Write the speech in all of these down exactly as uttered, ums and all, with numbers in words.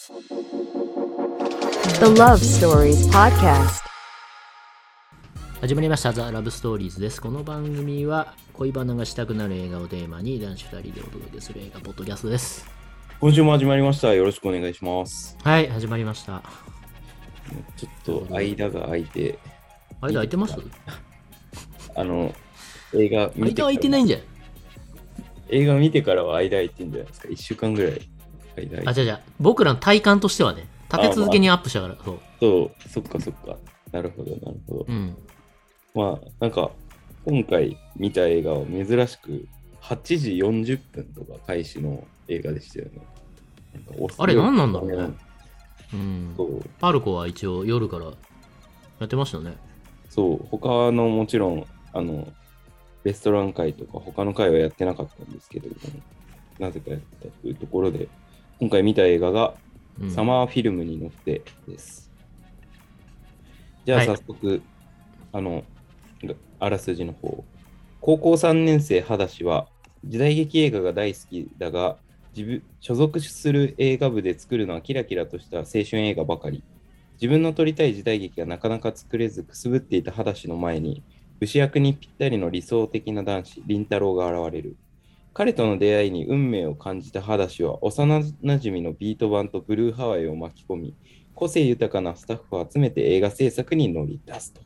The Love Stories Podcast。 始まりました The Love Stories です。この番組は恋バナがしたくなる映画をテーマに男子ふたりでお届けする映画ポッドキャストです。 今週も始まりました。よろしくお願いします。 はい、始まりました。 ちょっと間が空いて。 間空いてます？ あの、映画見て間空いてないんじゃん。 映画見てからは間空いてんじゃないですか。いっしゅうかんぐらい間空いて。 あ、じゃあじゃあ、僕らの体感としてはね、立て続けにアップしたから、そう。 そう、そっかそっか。なるほど、なるほど。 うん。 まあ、なんか、今回見た映画は珍しく、はちじよんじゅっぷんとか開始の映画でしたよね。なんかあれ、何なんだろうね。 うん。そう。 パルコは一応夜からやってましたね。 そう、他のもちろん、あの、レストラン会とか他の会はやってなかったんですけれども、なぜかやったというところで、今回見た映画が、うん、サマーフィルムに乗ってです。じゃあ早速、はい、あの、あらすじの方。高校さんねん生肌氏は時代劇映画が大好きだが、自分所属する映画部で作るのはキラキラとした青春映画ばかり。自分の撮りたい時代劇がなかなか作れずくすぶっていた肌氏の前に、武士役にぴったりの理想的な男子、凛太郎が現れる。彼との出会いに運命を感じた肌氏は、幼なじみのビート版とブルーハワイを巻き込み、個性豊かなスタッフを集めて映画制作に乗り出すと。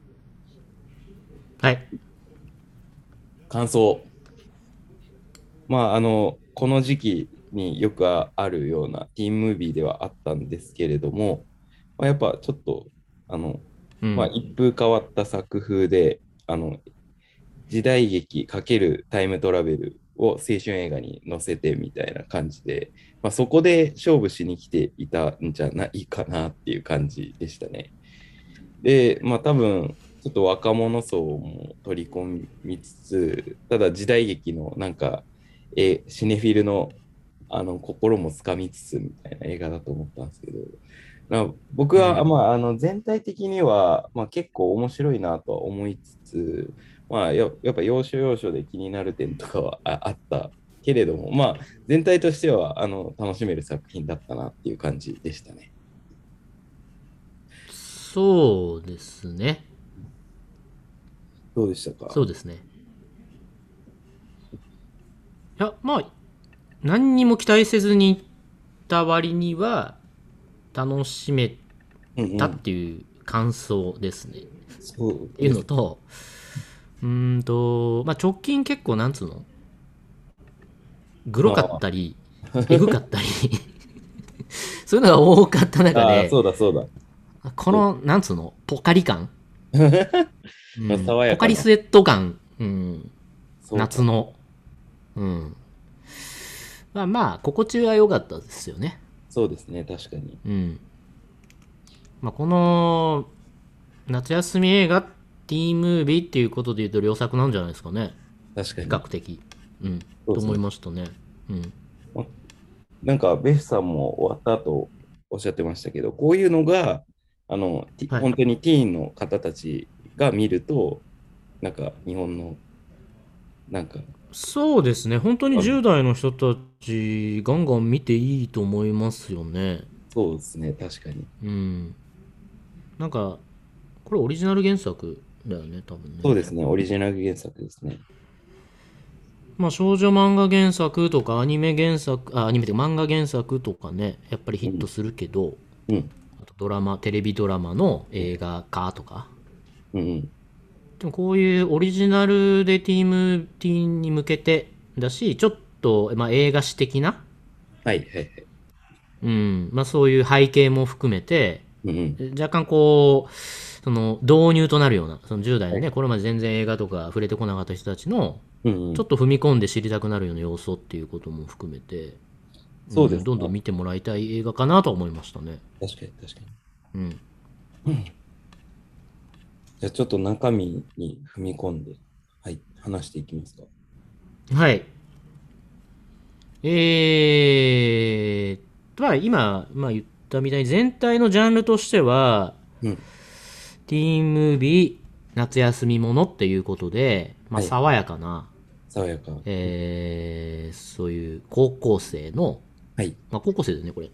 はい。 感想。まあ、あの、この時期によくあるようなティーンムービーではあったんですけれども、まあ、やっぱちょっと、あの、うん、まあ、一風変わった作風で、あの、時代劇×タイムトラベルを青春映画に載せてみたいな感じで、まあ、そこで勝負しに来ていたんじゃないかなっていう感じでしたね。で、まあ多分、ちょっと若者層も取り込みつつ、ただ時代劇のなんか、えシネフィルのあの心もつかみつつみたいな映画だと思ったんですけど、まあ、僕は、うん、まあ、あの全体的には、まあ、結構面白いなとは思いつつ、まあ、ややっぱ要所要所で気になる点とかは あ, あったけれども、まあ、全体としてはあの楽しめる作品だったなっていう感じでしたね。 そうですね。 どうでしたか？ そうですね。いや、まあ、何にも期待せずに行った割には楽しめたっていう感想ですね。 そうですっていうのと、うーんと、まあ、直近結構なんつうのグロかったり、エグかったり、そういうのが多かった中で、 そうだそうだ。 この、なんつうの、ポカリ感、うん、 爽やかなポカリスエット感、うん、夏の、うん。まあまあ、心地は良かったですよね。 そうですね、確かに。 うん。まあ、この、夏休み映画、ティーンムービーっていうことで言うと良作なんじゃないですかね。 確かに。 比較的。うん。と思いましたね。うん。 なんか、ベフさんも終わった後おっしゃってましたけど、こういうのが、あの、はい、本当にティーンの方たちが見ると、なんか日本の、なんか。 そうですね、本当にじゅう代の人たち、ガンガン見ていいと思いますよね。 そうですね、確かに。 うん。なんか、これオリジナル原作だよね、多分ね。 そうですね、オリジナル原作ですね。 まあ、少女漫画原作とかアニメ原作、あ、アニメで漫画原作とかね、やっぱりヒットするけど、 うんうん、 あとドラマ、テレビドラマの映画化とか、 うんうん、 でもこういうオリジナルでティーム、ティーンに向けてだし、ちょっと、まあ、映画史的な、 はいはいはい。 うん、まあそういう背景も含めて、 うんうん、 若干こう、その導入となるような、そのじゅう代のね、はい、これまで全然映画とか触れてこなかった人たちの、 うんうん、 ちょっと踏み込んで知りたくなるような要素っていうことも含めて、 そうですね、 うん、どんどん見てもらいたい映画かなと思いましたね。 確かに確かに。うん。 うん、じゃあちょっと中身に踏み込んで、はい、話していきますか。 はい。えー、まあ今、まあ、言ったみたいに全体のジャンルとしては、 うん、 ティーンムービー、夏休みものっていうことで、まあ、爽やかな、はい、 爽やか、 えー、そういう高校生の、 はい、 まあ、高校生ですねこれ。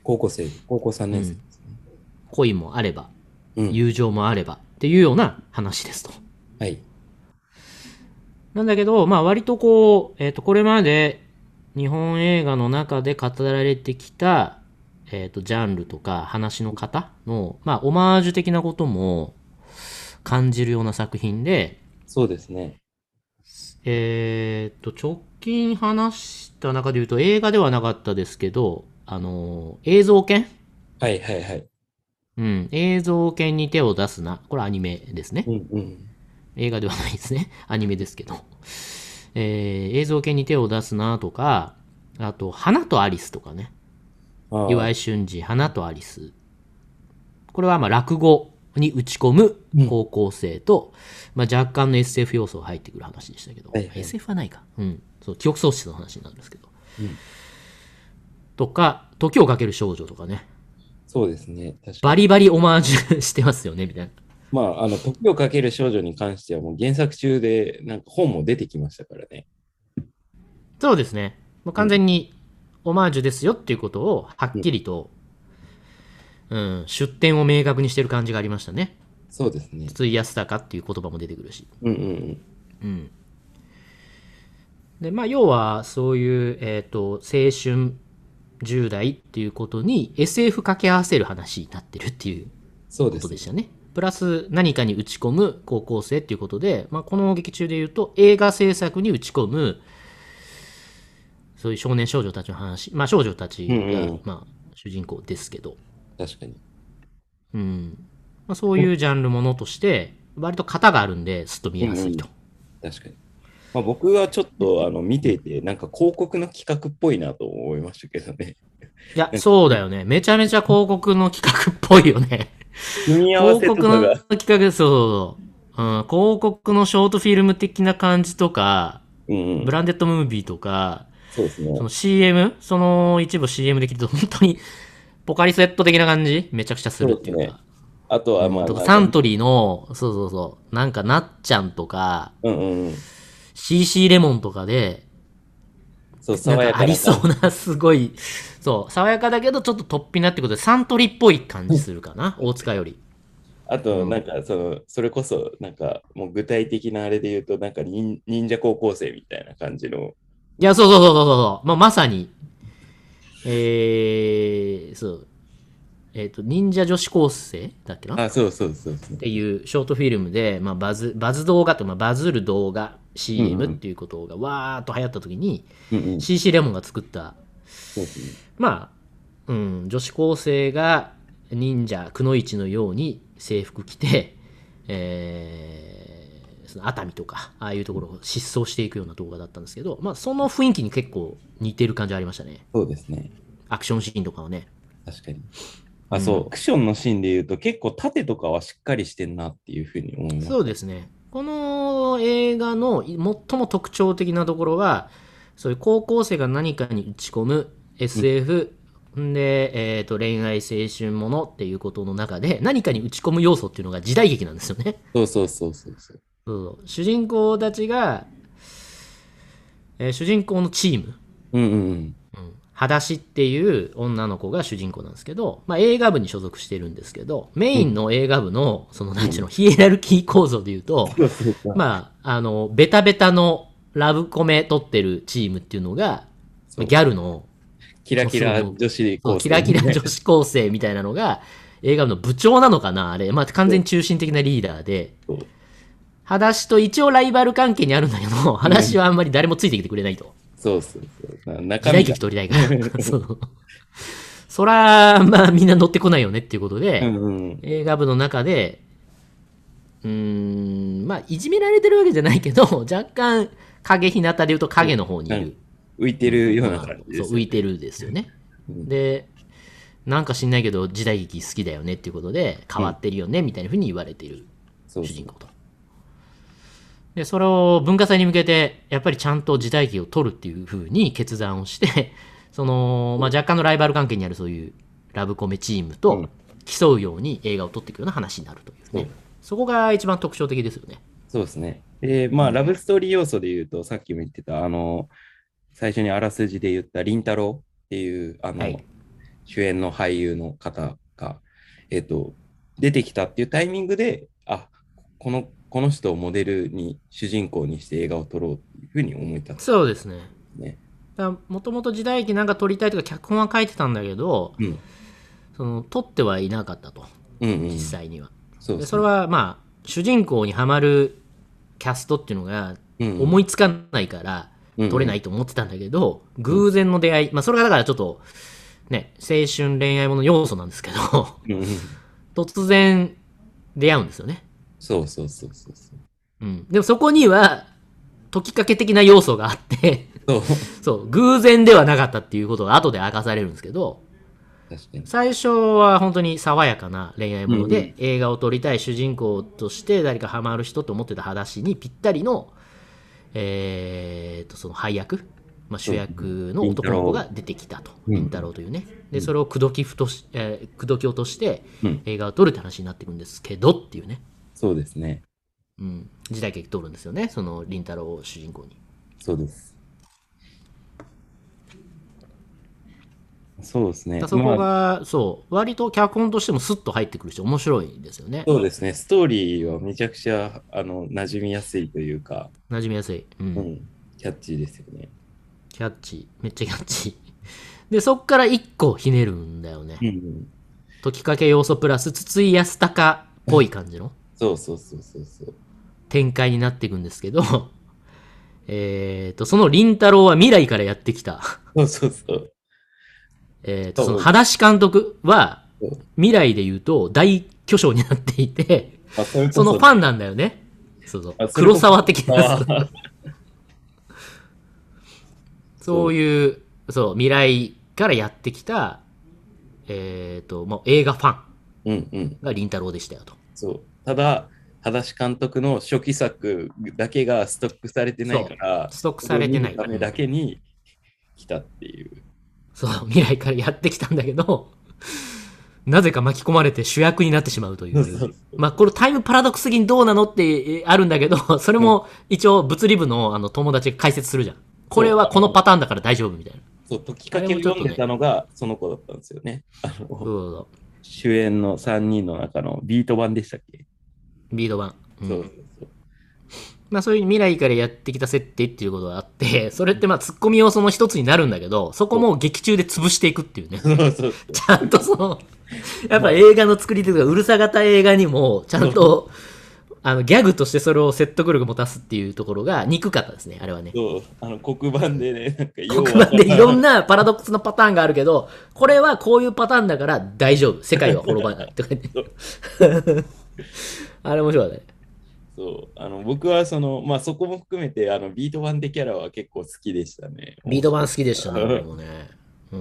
高校生、高校さんねん生うんですね。 恋もあれば、 うん。 友情もあればっていうような話ですと。 はい。 なんだけど、まあ割とこう、えっ、と、これまで日本映画の中で語られてきた、えっ、と、ジャンルとか話の方の、まあオマージュ的なことも感じるような作品で、 そうですね。 えっ、と、直近話した中で言うと映画ではなかったですけど、あの、映像犬はいはいはい。 うん、映像犬に手を出すな。これアニメですね。 うんうん。 映画ではないですね。アニメですけど。えー映像系に手を出すなとか、あと、花とアリスとかね。岩ああ。 井俊二、花とアリス。これはまあ落語に打ち込むうん。 高校生と、まあ、若干の エスエフ 要素が入ってくる話でしたけど、 はいはい。 エスエフ はないか。うん。そう、記憶喪失の話になるんですけど。 うん。 とか、時をかける少女とかね。 そうですね。確かに。 バリバリオマージュしてますよね、みたいな。 まあ、あの、時をかける少女に関してはもう原作中で、なんか本も出てきましたからね。 そうですね。もううん。 完全にオマージュですよっていうことをはっうん。 きりと、うん、出典を明確にしてる感じがありましたね。 そうですね。 筒井康隆っていう言葉も出てくるし。 うんうんうん。で、まあ、要は、そういう、えっ、と、青春じゅう代っていうことに エスエフ 掛け合わせる話になってるっていうこそうですね。 とでしたね。プラス何かに打ち込む高校生っていうことで、まあ、この劇中で言うと映画制作に打ち込むそういう少年少女たちの話、まあ少女たうんちが、 うん。 まあ主人公ですけど、 確かに。 うん。まあ、そういうジャンルものとして、割と型があるんで、すっと見うんうん。 やすいと。 確かに。まあ、僕はちょっとあの見ていて、なんか広告の企画っぽいなと思いましたけどね。 いや、そうだよね。めちゃめちゃ広告の企画っぽいよね。 組み合わ広せとかが、 告の企画、そうそうそう。うん、広告のショートフィルム的な感じとか、 うんうん。 ブランデッドムービーとか、 そうですね。 その シーエム、その一部 シーエム で聞いると本当にポカリスエット的な感じめちゃくちゃすそうですね。 るっていうか。 あとは、 うん、とかまあなんか、 サントリーの、そうそうそう、なんかなっちゃんとか、 うんうんうん。 シーシー レモンとかで、 そう、 なん爽やかありそかな感じ。 うな、すごい、そう、爽やかだけどちょっと突飛なってことで、サントリーっぽい感じするかな、大塚より。 あと、なんうん。 か、その、それこそ、なんか、もう具体的なあれで言うと、なんか忍、忍者高校生みたいな感じの、 いや、そうそうそうそうそう。まあ、まさに、えー、そう。えっ、と、忍者女子高生だっけなっあ、そうそうそうそう。 ていうショートフィルムで、まあ、バズ、バズ動画と、まあ、バズる動画、 うんシーエムうん。 っていうことがわーっと流行った時に、 うんうん。 シーシー レモンが作った、 そうですね。 まあ、うん、女子高生が忍者、くのいちのように制服着て、えー、その熱海とか、ああいうところを疾走していくような動画だったんですけど、まあ、その雰囲気に結構似てる感じありましたね。 そうですね。 アクションシーンとかはね。 確かに。あ、そう、 うん。 アクションのシーンで言うと、結構縦とかはしっかりしてんなっていうふうに思いまそした。 うですね。この映画の最も特徴的なところは、そういう高校生が何かに打ち込むうん。 エスエフ、んで、えっ、と、恋愛青春ものっていうことの中で、何かに打ち込む要素っていうのが時代劇なんですよね。 そうそうそうそうそう。 そうそう主人公たちが、えー主人公のチーム、 うんうんうん。 裸足っていう女の子が主人公なんですけど、まあ、映画部に所属してるんですけど、メインうんの映画部の、その、なんちゅうの、 うん。 ヒエラルキー構造で言うと、 そうそうそう。 まあ、あの、ベタベタのラブコメ撮ってるチームっていうのが、ギそう。 ャルの、 キラキラもうすごいもう、 女子そう高生キラキラ女みたいな。 子高生みたいなのが、映画部の部長なのかなあれ。まあ、完そう全に中心的なリーダーで、 そう。 裸足と一応ライバル関係にあるんだけど、裸足うん。 はあんまり誰もついてきてくれないと。 そうそうそう。な中身が。 時代劇撮りたいから。そう。そら、まあみんな乗ってこないよねっていうことうで、 んうん。 映画部の中で、うーん、まあいじめられてるわけじゃないけど、若干影日向で言うと影の方になんかいる。 浮いてうん、 るような女の子。そう、 感じですよね。 浮いてるですよね。 うん。 で、なんか知んないけど時代劇好きだよねっていうことで変わうん。 ってるよねみたいな風に言われているそうそう。 主人公と。で、それを文化祭に向けてやっぱりちゃんと時代劇を撮るっていう風に決断をして、その、まあ、若干のライバル関係にあるそういうラブコメチームとうん。 競うように映画を撮っていくような話になるというそう。 ね。そこが一番特徴的ですよね。 そうですね。で、まあ、ラブストーリー要素で言うと、さっきも言ってた、あの、最初にあらすじで言った、凛太郎っていう、あの、 はい。 主演の俳優の方が、えっと、出てきたっていうタイミングで、あ、この、この人をモデルに、主人公にして映画を撮ろうっていうふうに思い立ったんですそうですね。 ね。 もともと時代劇なんか撮りたいとか脚本は書いてたんだけど、 うん。 その撮ってはいなかったと、 うんうん。 実際には。 そうですね。 でそれはまあ主人公にはまるキャストっていうのがうんうん思いつかないからうんうん撮れないと思ってたんだけど、偶然の出会い、まあそれがだからちょっとね、青春恋愛もの要素なんですけどうんうん。 突然出会うんですよね。 そうそうそうそうそう。 うん、でもそこには解きかけ的な要素があってそう。 そう偶然ではなかったっていうことが後で明かされるんですけど、 確かに。 最初は本当に爽やかな恋愛もので、 うんうん映画を撮りたい主人公として誰かハマる人と思ってた話にぴったりの、えー、とその配役、まあ、主役の男の子が出てきたと、 うん凛太郎というね。でそれを口説きふとし、えー、口説き落としてうん。 映画を撮るって話になっていくんですけどっていうね、 そうですね。 うん、時代劇撮るんですよね、その凛太郎を主人公に。 そうです。そうですね。 だそこまあ、 が、そう割と脚本としてもスッと入ってくるし面白いですよね。 そうですね。ストーリーはめちゃくちゃ、あの、馴染みやすいというか、 馴染みやすい、うんうん、キャッチーですよね。 キャッチーめっちゃキャッチーでそっから一個ひねるんだよね。 うんうん。 解きかけ要素プラス筒井康隆っぽい感じのそうそうそうそうそう。 展開になっていくんですけどえっとその凛太郎は未来からやってきたそうそうそう。 えっとその裸足監督はそう未来で言うと大巨匠になっていてあそれこそのファンなんだよね。そうそうあそれこそ黒沢的なあーそういうそう未来からやってきたえっともう映画ファンうんうん。 が凛太郎でしたよと。 そう。ただ、裸足監督の初期作だけがストックされてないから、 ストックされてないそれを見るためだけに来たっていう。 そう未来からやってきたんだけどなぜか巻き込まれて主役になってしまうといそうそうそうう。まあこれタイムパラドックス的にどうなのってあるんだけど、それも一応物理部のあの友達が解説するじゃん。これはこのパターンだから大丈夫みたいな。 そう、解きかけを読んでたのがその子だったんですよね。あのそうそう主演のさんにんの中のビート版でしたっけ、 ビート版。うんそうそうそう。 まあそういう未来からやってきた設定っていうことがあって、それってまあツッコミ要素の一つになるんだけど、そこも劇中で潰していくっていうね。 そうそうそう。 ちゃんとその、やっぱ映画の作りというか、うるさ型映画にも、ちゃんと、あの、ギャグとしてそれを説得力持たすっていうところが憎かったですね、あれはね。 そうあの黒板でね、なんか黒板でいろんなパラドックスのパターンがあるけど、これはこういうパターンだから大丈夫。世界は滅ばない。とか言って。あれ面白かったね。 そうあの僕はその、まあ、そこも含めてあのビート版でキャラは結構好きでしたね。 ビート版好きでしたね、俺もね。うん。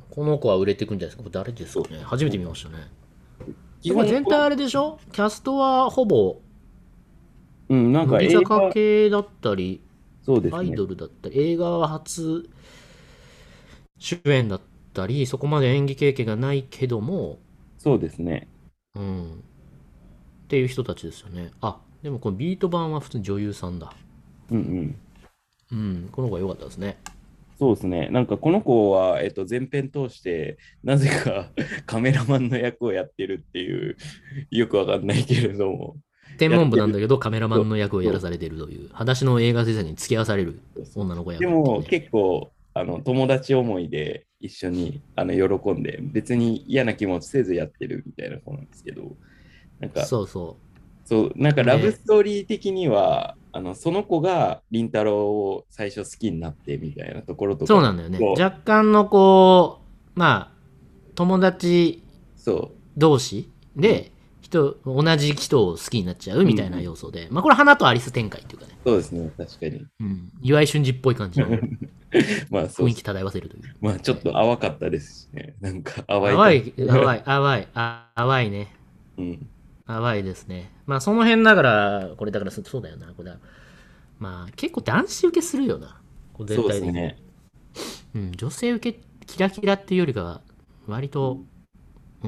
この子は売れていくんじゃないですか。これ誰ですかね。初めて見ましたね。 基本全体あれでしょキャストはほぼ、 うん、なんか乃木映画坂系だったり、 そうですね。 アイドルだったり、映画は初主演だったり、そこまで演技経験がないけども、 そうですね。 うん。っていう人たちですよね。あ、でもこのビート版は普通に女優さんだ。 うんうん。 うん、この子が良かったですね。 そうですね。なんかこの子は、えっと、前編通してなぜかカメラマンの役をやってるっていう、よくわかんないけれども。 天文部なんだけどカメラマンの役をやらされているという、裸足の映画制作に付き合わされる女の子役でっていうね、 も結構あの友達思いで一緒にあの喜んで、別に嫌な気持ちせずやってるみたいな子なんですけど、なんかそうそそう、なんかねラブストーリー的には、あのその子が凛太郎を最初好きになってみたいなところとう。 か、 そうなんだよね。 そう若干のこう、まあ、友達そう同士で、人、同じ人を好きになっちゃうみたいな要素で、まあこれ花とアリス展開っていうかね、 そうですね、確かに。 うん、岩井俊二っぽい感じのまあそう雰囲気漂わせるという。 まあちょっと淡かったですしね。なんか淡い。 淡い、淡い、淡い、あ淡いね。 うん。 淡いですね。まあその辺だから、これだからそそうだよな、これだ。まあ結構男子受けするよな、こう全そう体的に。 ですね。 うん、女性受けキラキラっていうよりかは、割と、うん、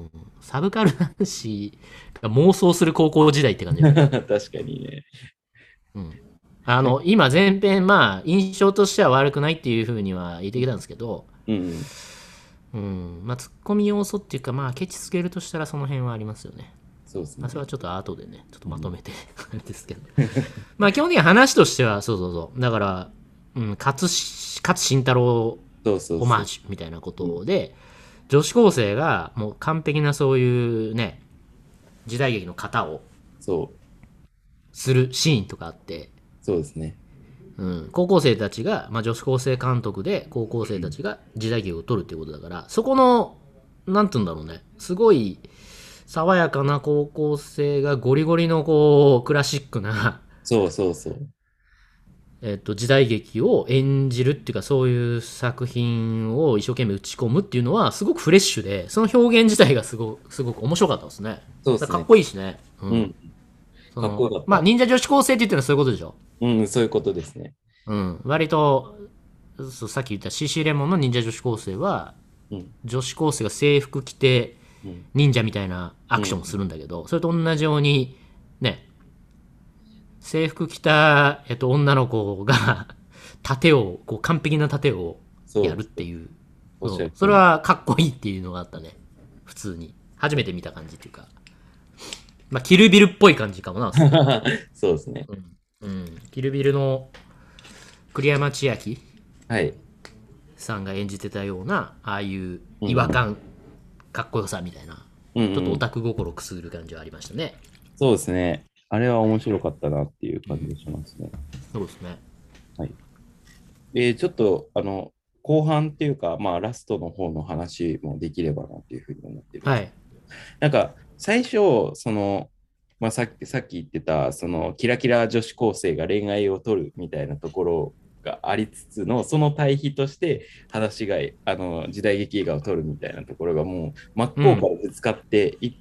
サブカル男子が妄想する高校時代って感じ。 確かにね。 うん。あの、今前編、まあ、印象としては悪くないっていうふうには言ってきたんですけど、 うん。 ううんまあツッコミ要素っていうかまあケチつけるとしたらその辺はありますよね。 そうですね。 まあ、それはちょっと後でねちょっとまとめてあれですけどまあ基本的に話としてはそうそうそうだから、うん、勝し勝慎太郎そうそうそうオマージュみたいなことで、女子高生がもう完璧なそういうね時代劇の型をそうするシーンとかあって、 そうですね。 うん、高校生たちが、まあ、女子高生監督で高校生たちが時代劇を撮るっていうことだから、そこのなんて言うんだろうねすごい爽やかな高校生がゴリゴリのこうクラシックなそうそうそう。 えっと時代劇を演じるっていうかそういう作品を一生懸命打ち込むっていうのはすごくフレッシュでその表現自体がすごすごく面白かったですね。 そうですね。 かっこいいしね。うん。 うん。 そのかっこよかった。 まあ忍者女子高生って言ってるのはそういうことでしょ。 うん、そういうことですね。 うん。割とそうさっき言った シーシー レモンの忍者女子高生はうん。 女子高生が制服着てうん。 忍者みたいなアクションをするんだけど、それと同じようにね制服着た、えっと、女の子が盾をこう完璧な盾をやるっていうおっしゃるそうそれはかっこいいっていうのがあったね。普通に初めて見た感じっていうかまあキルビルっぽい感じかもな。 そうですね。 うん、うん、キルビルの栗山千明はい。 さんが演じてたようなああいう違和感、うん、かっこよさみたいな、うんうん、ちょっとオタク心くすぐる感じはありましたね。 そうですね。あれは面白かったなっていう感じがしますね。 そうですね。 はい。で、ちょっと、あの、後半っていうか、まあ、ラストの方の話もできればなっていうふうに思ってる。 はい。 なんか、最初、その、まあ、さっき、さっき言ってた、その、キラキラ女子高生が恋愛を取るみたいなところがありつつの、その対比として、話が、あの、時代劇映画を撮るみたいなところがもう、真っ向からぶつかっていって、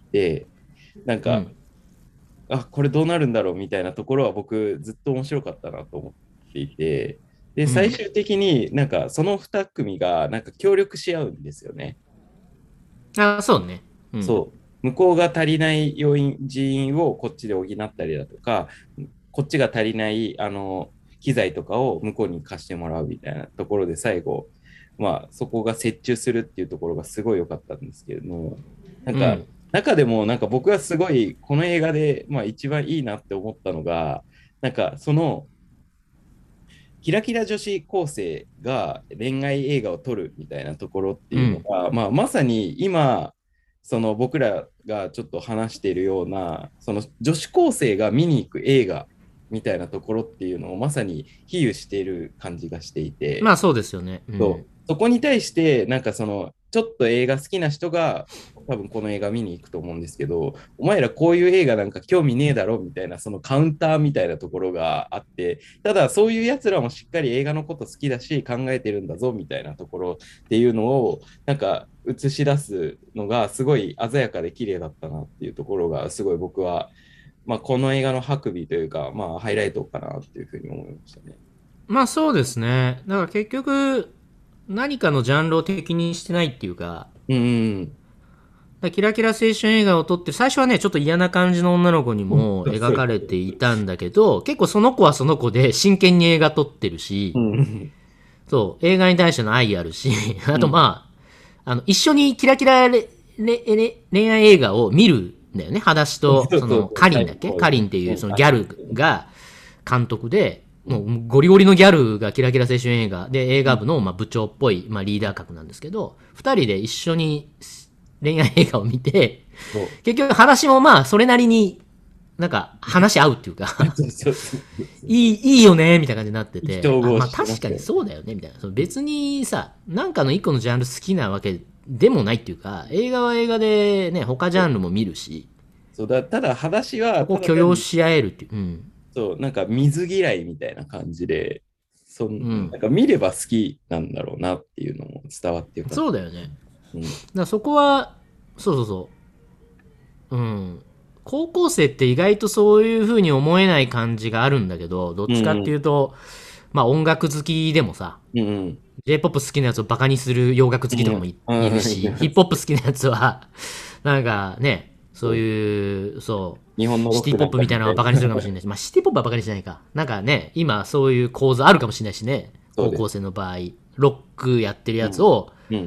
うん、なんか、うんあ、これどうなるんだろうみたいなところは僕ずっと面白かったなと思っていて、で、最終的になんかそのに組がなんか協力し合うんですよね。 あ、そうね。 うん、そう。向こうが足りない要因、人員をこっちで補ったりだとか、こっちが足りないあの機材とかを向こうに貸してもらうみたいなところで最後、まあそこが折衷するっていうところがすごい良かったんですけれども、なんか、うん中でもなんか僕はすごいこの映画でまあ一番いいなって思ったのがなんかそのキラキラ女子高生が恋愛映画を撮るみたいなところっていうのが、うんまあ、まさに今その僕らがちょっと話しているようなその女子高生が見に行く映画みたいなところっていうのをまさに比喩している感じがしていてまあそうですよね、うん、 そうそこに対してなんかそのちょっと映画好きな人が多分この映画見に行くと思うんですけどお前らこういう映画なんか興味ねえだろみたいなそのカウンターみたいなところがあってただそういうやつらもしっかり映画のこと好きだし考えてるんだぞみたいなところっていうのをなんか映し出すのがすごい鮮やかで綺麗だったなっていうところがすごい僕は、まあ、この映画のハクビというか、まあ、ハイライトかなっていうふうに思いましたね。 まあそうですね。だから結局何かのジャンルを敵にしてないっていうか、 うんうんだキラキラ青春映画を撮って最初はねちょっと嫌な感じの女の子にも描かれていたんだけど結構その子はその子で真剣に映画撮ってるし、うん、そう映画に対しての愛あるしあとまあ、うん、あの一緒にキラキラレレレ恋愛映画を見るんだよね。裸足とそのカリンだっけカリンっていうそのギャルが監督でもうゴリゴリのギャルがキラキラ青春映画で映画部のまあ部長っぽいまあリーダー格なんですけどふたりで一緒に恋愛映画を見て結局話もまあそれなりになんか話し合うっていうかいいいいよねみたいな感じになっててあまあ確かにそうだよねみたいなその別にさなんかの一個のジャンル好きなわけでもないっていうか映画は映画でね他ジャンルも見るしそうだただ話はそこ許容し合えるっていう、うん、 そうなんか水嫌いみたいな感じでそ、うん、なんか見れば好きなんだろうなっていうのも伝わってるそうだよね、うん、だからそこはそうそうそううん高校生って意外とそういう風に思えない感じがあるんだけどどっちかっていうと、うん、まあ音楽好きでもさ、うんうん、J-ポップ 好きなやつをバカにする洋楽好きとかも い,、うん、いるしヒップホップ好きなやつはなんかねそういうそう日本のシティポップみたいなのをバカにするかもしれないしまあシティポップはバカにしないかなんかね今そういう構図あるかもしれないしね高校生の場合ロックやってるやつを、うんうん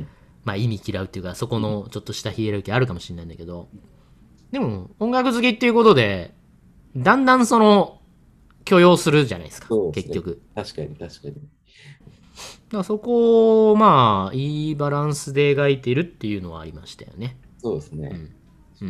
まあ意味嫌うっていうか、そこのちょっとしたヒエラルキーあるかもしれないんだけど、でも音楽好きっていうことで、だんだんその許容するじゃないですか、 そうですね、 結局。 確かに確かに。 だからそこをまあいいバランスで描いているっていうのはありましたよね。 そうですね。 うん。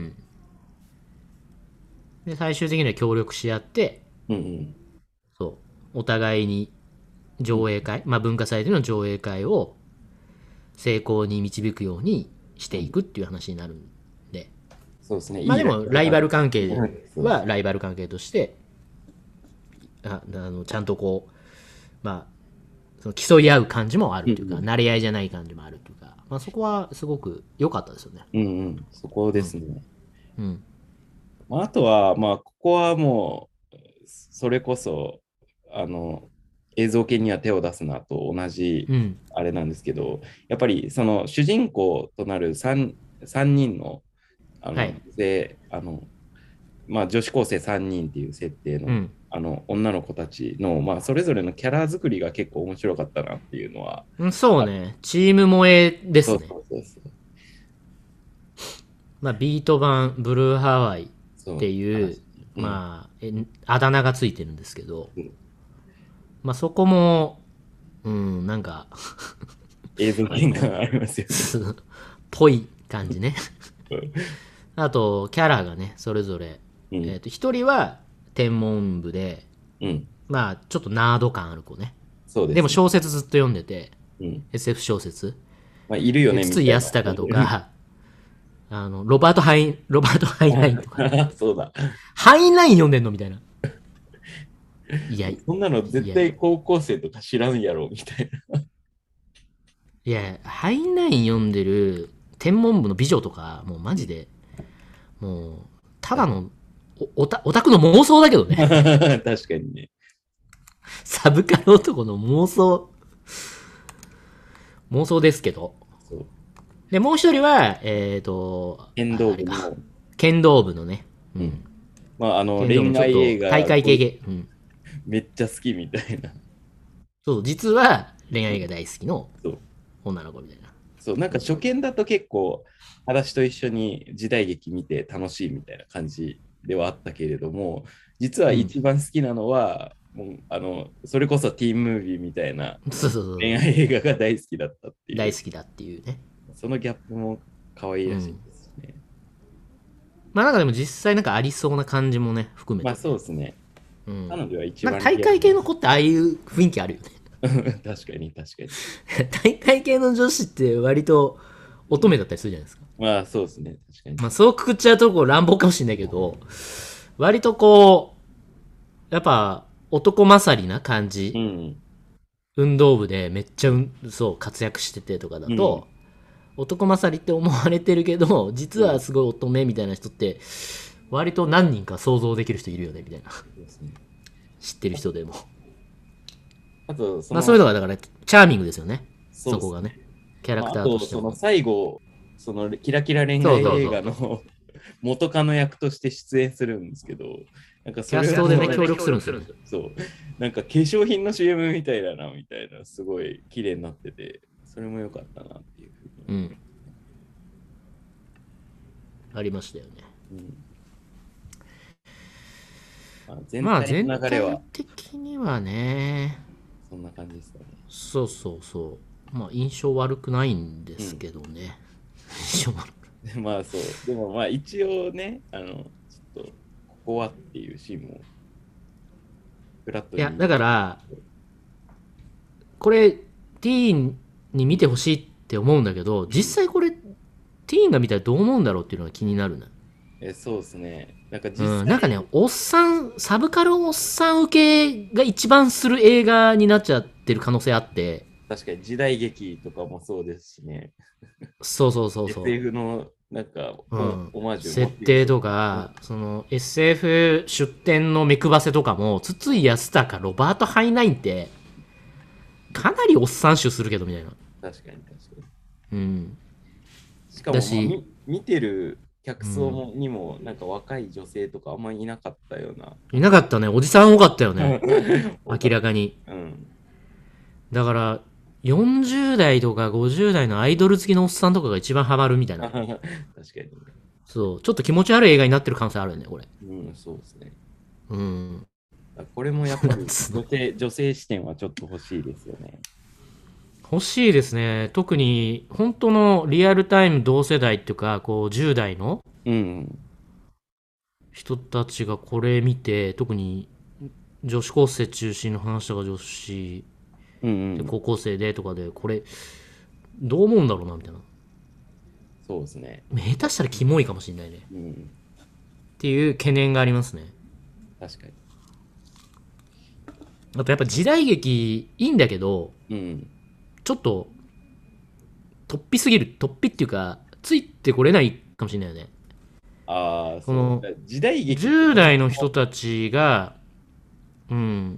で最終的には協力し合って、 うんうん。 そうお互いに上映会、まあ文化祭での上映会を成功に導くようにしていくっていう話になるんで、 そうですね。 まあでもライバル関係そうはライバル関係としてああのちゃんとこうまあその競い合う感じもあるというか、 うんうん慣れ合いじゃない感じもあるというか、まあ、そこはすごく良かったですよね。 うんうん。そこですね。 うんまあ、あとは、まあ、ここはもう、それこそ、あの、映像系には手を出すなと同じうんあれなんですけど、やっぱりその主人公となる 3, 三人の、あの、 はいで、あの、まあ、女子高生さんにんっていう設定の、 うんあの女の子たちの、まあ、それぞれのキャラ作りが結構面白かったなっていうのは、 うん、そうね、チーム萌えですね。 そうそうそうそう。 まあ、ビート版ブルーハワイっそうていう、 うんまあ、えあだ名がついてるんですけど、 うんまあ、そこも、うん、なんか映像変換ありますよね。 すぽい感じね。あと、キャラがね、それぞれ、 うんえっ、と、一人は天文部で、 うん、 まあ、ちょっとナード感ある子ね。 そうです、ね。 でも小説ずっと読んでて、 うん、 エスエフ 小説。 まあ、いるよね、 で筒井みたいな。 康隆とか、あの、ロバート・ハイン、ロバート・ハインラインとか、ね、 そうだ。 ハインライン読んでんのみたいな。いや、いそんなの絶対高校生とか知らんやろ、みたいな。 や、ハインライン読んでる天文部の美女とか、もうマジで、もう、ただの、お、オタオタクの妄想だけどね。 確かにね。 サブカル男の妄想。妄想ですけど。 そう。 で、もう一人は、えっ、ー、と、 剣道部あれかの、 剣道部のね。ううんん。まあ、あの、 剣道部恋愛映画、 大会系系。うん。 めっちゃ好きみたいな。 そう、実は恋愛が大好きのそう。 女の子みたいな。 そう、なんか初見だと結構、私と一緒に時代劇見て楽しいみたいな感じではあったけれども、実は一番好きなのは、もうあのそれこそティーンムービーみたいなそうそうそう。 恋愛映画が大好きだったっていう。 大好きだっていうね。 そのギャップも可愛いらしいですね。 まあなんかでも実際なんかありそうな感じもね、含めて。 まあそうですね。 うん。 彼女は一番なんか大会系の子ってああいう雰囲気あるよね。 確かに確かに。 大会系の女子って割と乙女だったりするじゃないですか。 まあそうですね。確かに。 まあそうくくっちゃうとこう乱暴かもしれないけど、割とこう、やっぱ男勝りな感じ、 うん。 運動部でめっちゃ、うん、そう活躍しててとかだと、うん、男勝りって思われてるけど、実はすごい乙女みたいな人って、割と何人か想像できる人いるよねみたいな。ですね、知ってる人でも。 あとその、 まあそういうのがだからチャーミングですよね。そ, そこがね。キャラクターとしても。 まあ、あとその最後、そのキラキラ恋愛映画の元カノ役として出演するんですけど、なんかそれキャストでね、協力するんですよ。 そう。なんか化粧品の シーエム みたいだな、みたいな、すごい綺麗になってて、それも良かったなっていうふうに。 うん。ありましたよね。 うんまあ、全体の流れは、まあ、 全体的にはね、 そんな感じですかね。 そうそうそう。まあ印象悪くないんですけどね。うん、印象悪くまあそう。でもまあ一応ね、あの、ちょっと、ここはっていうシーンも、フラットに。 いや、だから、これ、ティーンに見てほしいって思うんだけど、実際これ、ティーンが見たらどう思うんだろうっていうのが気になるな。 えそうですね。なんか実際、 うん、なんかね、おっさん、サブカルおっさん受けが一番する映画になっちゃってる可能性あって。 確かに時代劇とかもそうですしね。 そうそうそうそう。 エスエフ のなんか、うん、オマージュ設定とか、うん、その エスエフ 出展の目配せとかも、筒井康隆、ロバート・ハイナインって、かなりおっさん臭するけどみたいな。 確かに確かに。 うん。 しかも、まあ、見てる客層も、うん、にもなんか若い女性とかあんまりいなかったような。 いなかったね。おじさん多かったよね。明らかに。 うん。 だから、 よんじゅう代とかごじゅう代のアイドル好きのおっさんとかが一番ハマるみたいな。 確かに。 そう、ちょっと気持ち悪い映画になってる可能性あるよね、これ。 うん、そうですね。 うん。 これもやっぱりなんつうの女性、女性視点はちょっと欲しいですよね。 欲しいですね。特に、本当のリアルタイム同世代っていうか、こう、じゅう代のうん。 人たちがこれ見て、特に女子高生中心の話とか女子うんうん。 で高校生でとかで、これ、どう思うんだろうな、みたいな。 そうですね。 下手したらキモいかもしれないね。 うん。 っていう懸念がありますね。 確かに。 あとやっぱ時代劇いいんだけど、 うん。 ちょっと、突飛すぎる。突飛っていうか、ついてこれないかもしれないよね。 ああ、 このそう。時代劇じゅう代の人たちが、うん、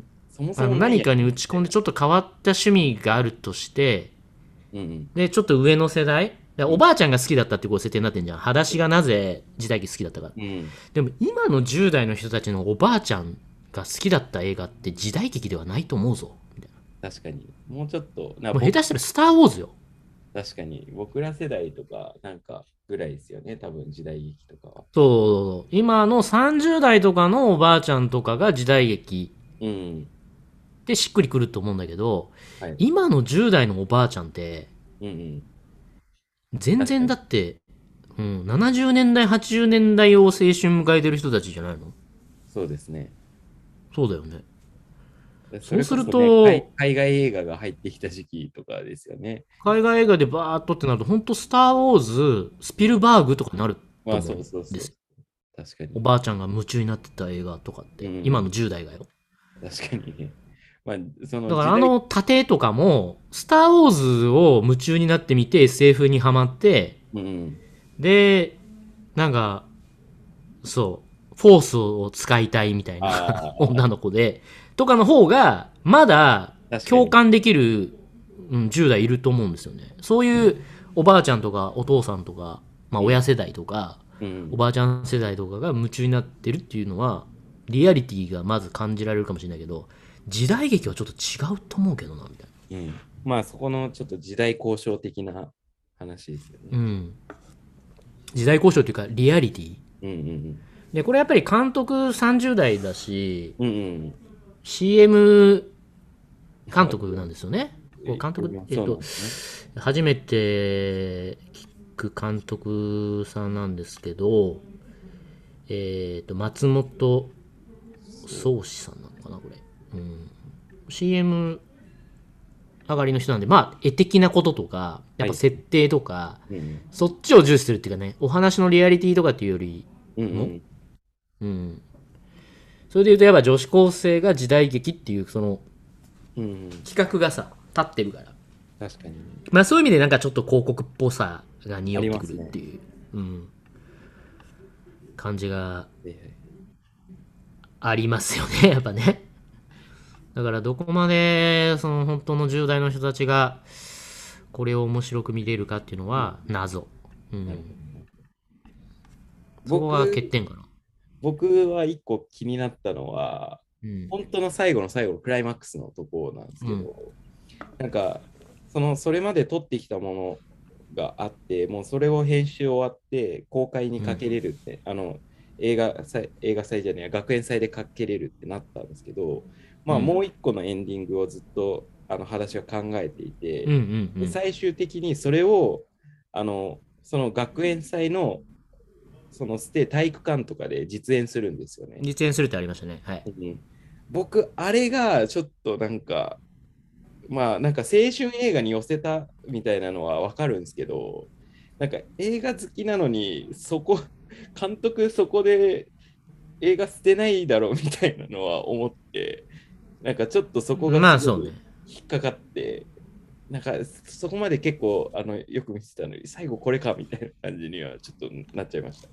そもそあのもないやつ何かに打ち込んでちょっと変わった趣味があるとして、 うんうん。 で、ちょっと上の世代、でおばあちゃんが好きだったってこう設定になってんじゃん。裸足がなぜ時代劇好きだったか。 うん。 でも今のじゅう代の人たちのおばあちゃんが好きだった映画って時代劇ではないと思うぞ。みたい確かに。もうちょっと、なな。もう僕下手したらスター・ウォーズよ。 確かに、僕ら世代とか、なんかぐらいですよね、多分時代劇とかは。 そう、今のさんじゅう代とかのおばあちゃんとかが時代劇うん。 でしっくりくると思うんだけど、 はい。 今のじゅう代のおばあちゃんってうんうん。 全然確かに。 だって、うん、ななじゅうねんだいはちじゅうねんだいを青春迎えてる人たちじゃないの？ そうですね。 そうだよね。 でそそうするれこそね、海と海外映画が入ってきた時期とかですよね。 海外映画でバーっとってなると本当スター・ウォーズスピルバーグとかになるとまあ、 思うそうそうそう。 んです。 確かに。 おばあちゃんが夢中になってた映画とかっうんうて今のん。 じゅう代がよ。 確かにね。まあ、そのだから時代、 あの盾とかもスター・ウォーズを夢中になってみて エスエフ にハマって、 うんうん。 でなんかそうフォースを使いたいみたいなあ女の子でとかの方がまだあ、確かに。 共感できる、うん、じゅう代いると思うんですよね。そういうおばあちゃんとかお父さんとか、まあ、親世代とか、 うん。 おばあちゃん世代とかが夢中になってるっていうのはリアリティがまず感じられるかもしれないけど、時代劇はちょっと違うと思うけどなみたいうん。まあ、そこのちょっと時代交渉的な話ですよな。うね。 ん、時代交渉っていうかリアリティうんうんで、これやっぱり監督さんじゅう代だし、 うん。うんうん。 シーエム 監督なんですよね。こう監督、えっそうなんと、 ですね。 初めて聞く監督さんなんですけど、えっと、松本宗志さんなのかな、これ。うん、シーエム 上がりの人なんで、まあ、絵的なこととか、やっぱ設定とか、 うんうん。 そっちを重視するっていうかね、お話のリアリティとかっていうよりも、 うんうん。 うん、それで言うとやっぱ女子高生が時代劇っていうそのうんうん。 企画がさ立ってるから、 確かにね。 まあそういう意味でなんかちょっと広告っぽさが匂ってくありますね。 るっていう、うん、感じがはいはい。 ありますよねやっぱね。だからどこまでその本当のじゅう代の人たちがこれを面白く見れるかっていうのは謎、うなるん、 ほどね。 そこが僕、 欠点かな。 僕は一個気になったのは、 うん本当の最後の最後のクライマックスのところなんですけうんど、なんか、その、それまで撮ってきたものがあって、もうそれを編集終わって公開にかけれるって、あの、映画祭、映画祭じゃねえや、学園祭でかけれるってなったんですけど、まあ、 うんもう一個のエンディングをずっと、あの、話は考えていて、 うんうんうでん最終的にそれを、あの、その学園祭の、そのステ体育館とかで実演するんですよね。 実演するってありましたね。はい。 うん僕、あれがちょっとなんか、まあなんか青春映画に寄せたみたいなのはわかるんですけど、なんか映画好きなのに、そこ、監督そこで映画捨てないだろうみたいなのは思って、なんかちょっとそこがすごいまあそうね。 引っかかって、なんかそこまで結構あのよく見てたのに、最後これかみたいな感じにはちょっとなっちゃいました。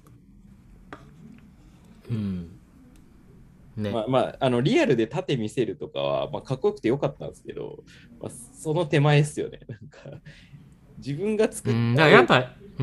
うんね。 まあまあ、あのリアルで縦見せるとかは、まあ、かっこよくてよかったんですけど、まあ、その手前ですよね。なんか自分が作ったうん、だからやっぱ、うん、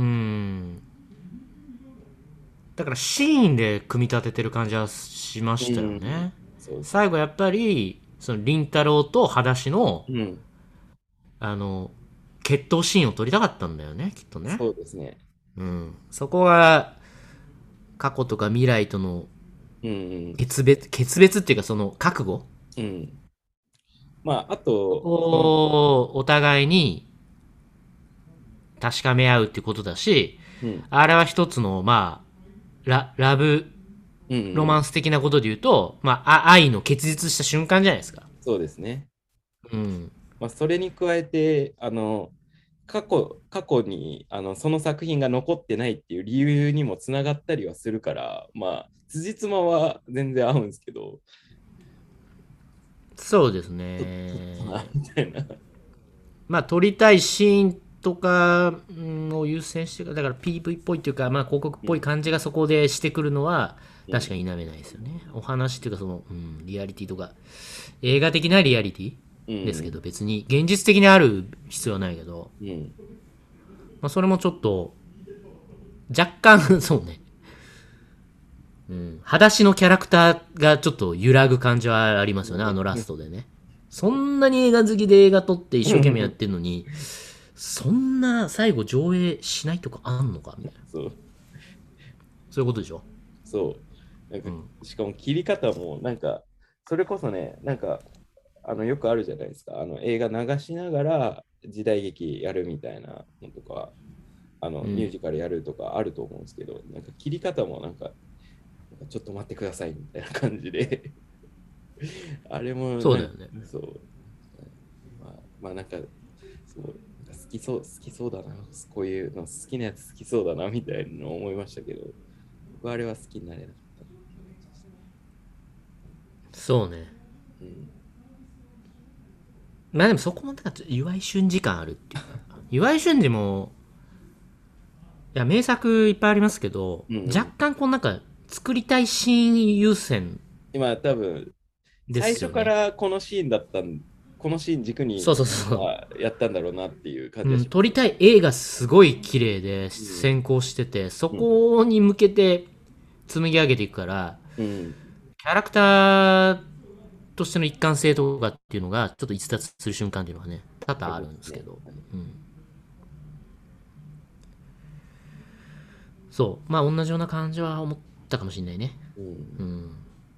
だからシーンで組み立ててる感じはしましたようん、 ね。 そうです。 最後やっぱり、その、凛太郎と裸足の、 うん、 あの決闘シーンを撮りたかったんだよね、きっとね。 そうですね。 うん、そこは過去とか未来とのうんうん。 決別決別っていうか、その覚悟うん。まあ、あと、その、 をお互いに確かめ合うっていうことだし、 うん。 あれは一つのまあララブうんうんうん。 ロマンス的なことで言うと、まあ、あ愛の結実した瞬間じゃないですか。 そうですね。 うん。 まあ、それに加えて、あの、過去、過去にあのその作品が残ってないっていう理由にもつながったりはするから、まあ、辻褄は全然合うんですけど、 そうですちょちょっとな、 ね。 みたいな。 まあ、撮りたいシーンとかうんを優先して、だから ピーブイ っぽいっていうか、まあ、広告っぽい感じがそこでしてくるのは、確かに否めないですよね。お話っていうか、その、うん、リアリティとか、映画的なリアリティうん。 ですけど、別に現実的にある必要はないけど、 うん。 まあ、それもちょっと、若干、そうね。うん。裸足のキャラクターがちょっと揺らぐ感じはありますよね、あのラストでね。そんなに映画好きで映画撮って一生懸命やってるのに、そんな最後上映しないとかあんのかみたいな。 そう、 そういうことでしょ。 そう。なんか、 うん。 しかも切り方も、なんか、それこそね、なんか、あの、よくあるじゃないですか。あの、映画流しながら時代劇やるみたいなのとか、あの、 うん。 ミュージカルやるとかあると思うんですけど、なんか切り方もなんか、ちょっと待ってくださいみたいな感じであれもなんか、 そうだよね。 そう、まあ、まあなんか、そう、なんか好きそう、好きそうだな、こういうの好きなやつ好きそうだなみたいなのを思いましたけど、僕はあれは好きになれなかったっていう感じでした。 そうね。 うん、 まあでもそこもなんか岩井俊二感あるっていうか、岩井俊二も、いや、名作いっぱいありますけど、 うんうん、 若干こうなんか作りたいシーン優先今多分、 で最すよね。 初からこのシーンだったん、このシーン軸にそうそうそう。 あやったんだろうなっていう感じうん、 はします。 撮りたい映画すごい綺麗でうん、 先行してて、そうん、 こに向けて紡ぎ上げていくから、 うん、 キャラクターとしての一貫性とかっていうのがちょっと逸脱する瞬間っていうのがね、多あ 々あるりますね。 んですけど、 はい、 うん、そう、まあ同じような感じは思ったかもしれないね。 うん、 うん、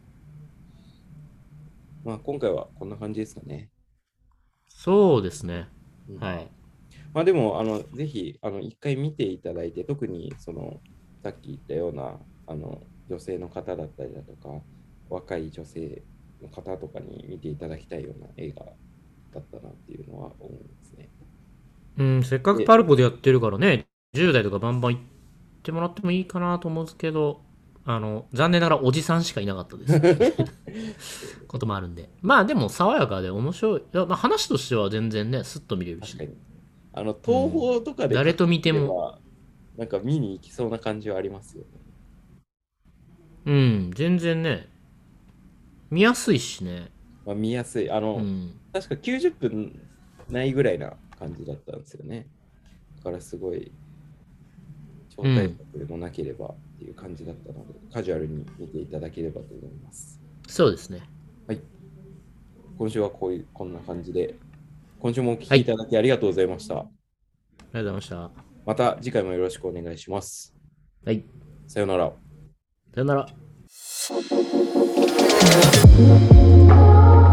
まあ今回はこんな感じですかね。 そうですね。 うん、 はい。 まあでも、あの、ぜひ、あの、一回見ていただいて、特に、その、さっき言ったような、あの、女性の方だったりだとか、若い女性の方とかに見ていただきたいような映画だったなっていうのは思いますね。 うん、せっかくで、 パルコでやってるからね、じゅう代とかバンバン行ってもらってもいいかなと思うんですけど、あの、残念ながらおじさんしかいなかったですっていうこともあるんで。まあでも爽やかで面白い。いやまあ、話としては全然ね、スッと見れるし。 確かに。あの、 うん。 東宝とかで買っ誰と見ても、 てれば、なんか見に行きそうな感じはありますよね。 うん、全然ね、見やすいしね。 まあ、見やすい。あの、 うん。 確かきゅうじゅっぷんないぐらいな感じだったんですよね。だからすごい超大うん。 作でもなければっていう感じだったので、カジュアルに見ていただければと思います。 そうですね。 はい。今週はこういう、こんな感じで、今週もお聞はい。 きいただきありがとうございました。 ありがとうございました。 また次回もよろしくお願いします。 はい。 さようなら。 さよなら。